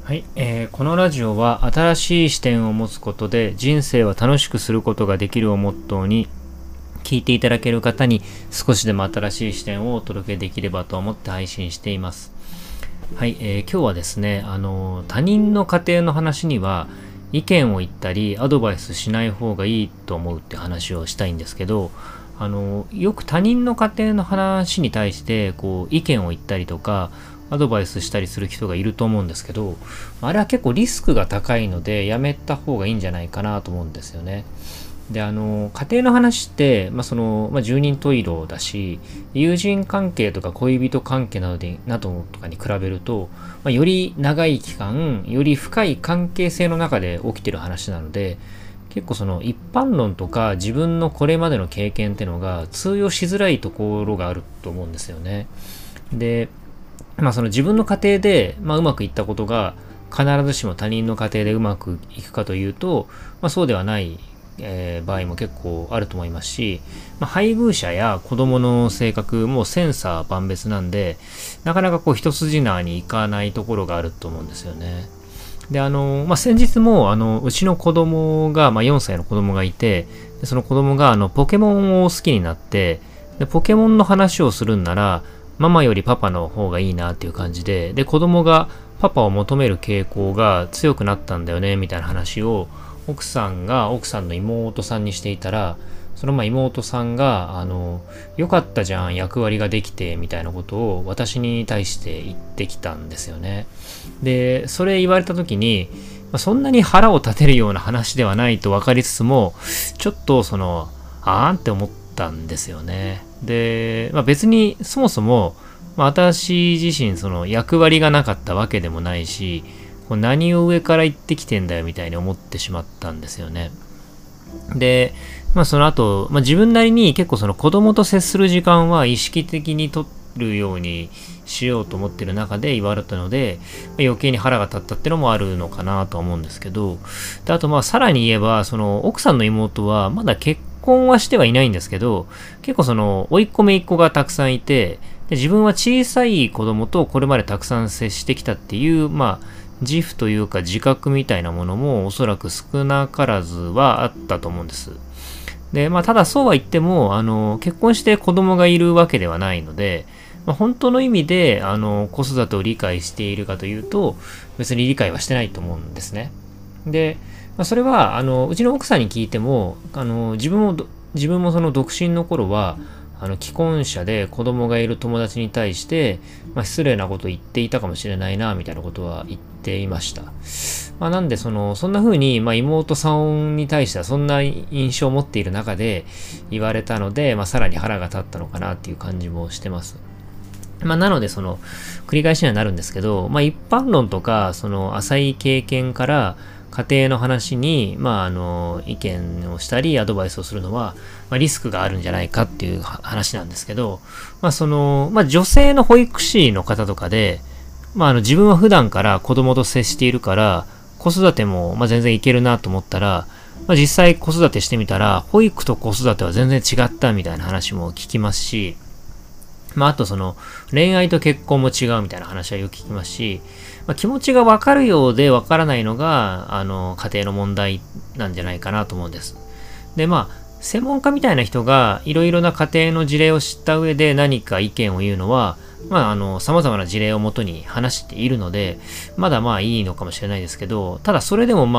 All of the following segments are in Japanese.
はい、このラジオは新しい視点を持つことで人生は楽しくすることができるをモットーに聞いていただける方に少しでも新しい視点をお届けできればと思って配信しています。はい、今日はですね、他人の家庭の話には意見を言ったりアドバイスしない方がいいと思うって話をしたいんですけど、よく他人の家庭の話に対して意見を言ったりとかアドバイスしたりする人がいると思うんですけど、あれは結構リスクが高いのでやめた方がいいんじゃないかなと思うんですよね。で、家庭の話って、十人十色だし、友人関係とか恋人関係などとかに比べると、より長い期間、より深い関係性の中で起きてる話なので、結構その一般論とか自分のこれまでの経験ってのが通用しづらいところがあると思うんですよね。で、その自分の家庭で、うまくいったことが必ずしも他人の家庭でうまくいくかというと、そうではない、場合も結構あると思いますし、配偶者や子供の性格も千差万別なんで、なかなか一筋縄にいかないところがあると思うんですよね。で、先日も、うちの子供が、4歳の子供がいて、でその子供が、ポケモンを好きになって、で、ポケモンの話をするんなら、ママよりパパの方がいいなっていう感じで、で、子供がパパを求める傾向が強くなったんだよね、みたいな話を、奥さんが奥さんの妹さんにしていたら、その妹さんが、よかったじゃん、役割ができて、みたいなことを私に対して言ってきたんですよね。で、それ言われた時に、そんなに腹を立てるような話ではないと分かりつつも、ちょっとあーんって思ったんですよね。で、別にそもそも、私自身役割がなかったわけでもないし、何を上から言ってきてんだよみたいに思ってしまったんですよね。で、その後、自分なりに結構子供と接する時間は意識的に取るようにしようと思ってる中で言われたので、余計に腹が立ったってのもあるのかなとは思うんですけど、で、あとさらに言えば、奥さんの妹はまだ結婚はしてはいないんですけど、結構甥っ子姪っ子がたくさんいて、で、自分は小さい子供とこれまでたくさん接してきたっていう、自負というか自覚みたいなものもおそらく少なからずはあったと思うんです。で、ただそうは言っても、結婚して子供がいるわけではないので、本当の意味で、子育てを理解しているかというと、別に理解はしてないと思うんですね。で、それは、うちの奥さんに聞いても、自分もその独身の頃は、既婚者で子供がいる友達に対して、失礼なことを言っていたかもしれないな、みたいなことは言っていました。なんでそんな風に、妹さんに対してはそんな印象を持っている中で言われたので、さらに腹が立ったのかなっていう感じもしてます。なので繰り返しにはなるんですけど、一般論とか、浅い経験から、家庭の話に、意見をしたり、アドバイスをするのは、リスクがあるんじゃないかっていう話なんですけど、女性の保育士の方とかで、自分は普段から子供と接しているから、子育ても、全然いけるなと思ったら、実際子育てしてみたら、保育と子育ては全然違ったみたいな話も聞きますし、あと恋愛と結婚も違うみたいな話はよく聞きますし、気持ちがわかるようでわからないのが、家庭の問題なんじゃないかなと思うんです。で、専門家みたいな人がいろいろな家庭の事例を知った上で何か意見を言うのは、様々な事例をもとに話しているので、まだいいのかもしれないですけど、ただそれでも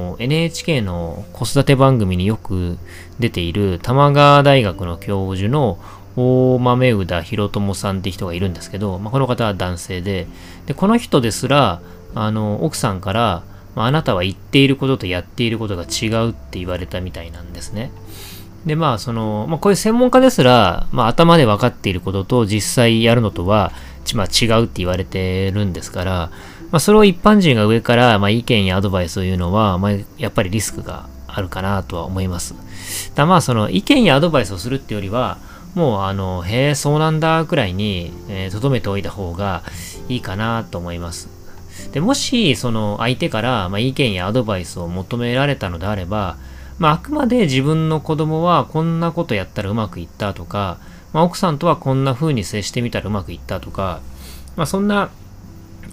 NHK の子育て番組によく出ている玉川大学の教授の大豆宇田博友さんって人がいるんですけど、この方は男性で、この人ですら、奥さんから、あなたは言っていることとやっていることが違うって言われたみたいなんですね。で、こういう専門家ですら、頭で分かっていることと実際やるのとは、違うって言われてるんですから、それを一般人が上から、意見やアドバイスを言うのは、やっぱりリスクがあるかなとは思います。意見やアドバイスをするってよりは、もうへえ、そうなんだくらいに留めておいた方がいいかなと思います。で、もし相手から、意見やアドバイスを求められたのであれば、あくまで自分の子供はこんなことやったらうまくいったとか、奥さんとはこんな風に接してみたらうまくいったとか、そんな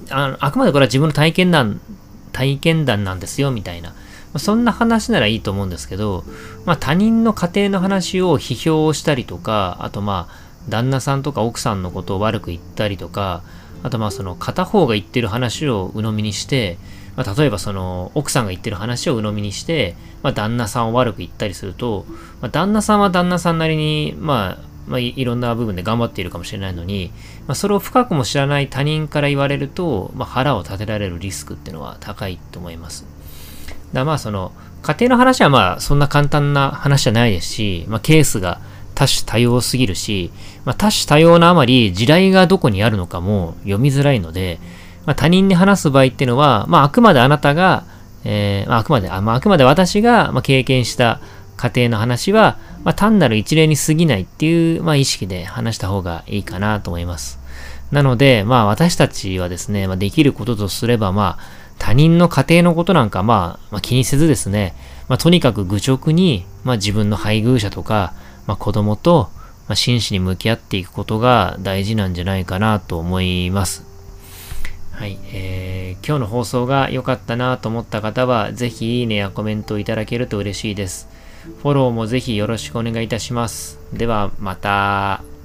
あくまでこれは自分の体験談なんですよ、みたいな。そんな話ならいいと思うんですけど、他人の家庭の話を批評したりとか、あと旦那さんとか奥さんのことを悪く言ったりとか、あとその片方が言ってる話を鵜呑みにして、例えばその奥さんが言ってる話を鵜呑みにして、旦那さんを悪く言ったりすると、旦那さんは旦那さんなりに、いろんな部分で頑張っているかもしれないのに、それを深くも知らない他人から言われると、腹を立てられるリスクっていうのは高いと思います。その家庭の話はそんな簡単な話じゃないですし、ケースが多種多様すぎるし、多種多様なあまり地雷がどこにあるのかも読みづらいので、他人に話す場合っていうのは、あくまであなたが、あくまで私が、経験した家庭の話は、単なる一例に過ぎないっていう、意識で話した方がいいかなと思います。なので、私たちはですね、できることとすれば、他人の家庭のことなんか、気にせずですね、とにかく愚直に、自分の配偶者とか、子供と、真摯に向き合っていくことが大事なんじゃないかなと思います。はい、今日の放送が良かったなと思った方は、ぜひいいねやコメントをいただけると嬉しいです。フォローもぜひよろしくお願いいたします。ではまた。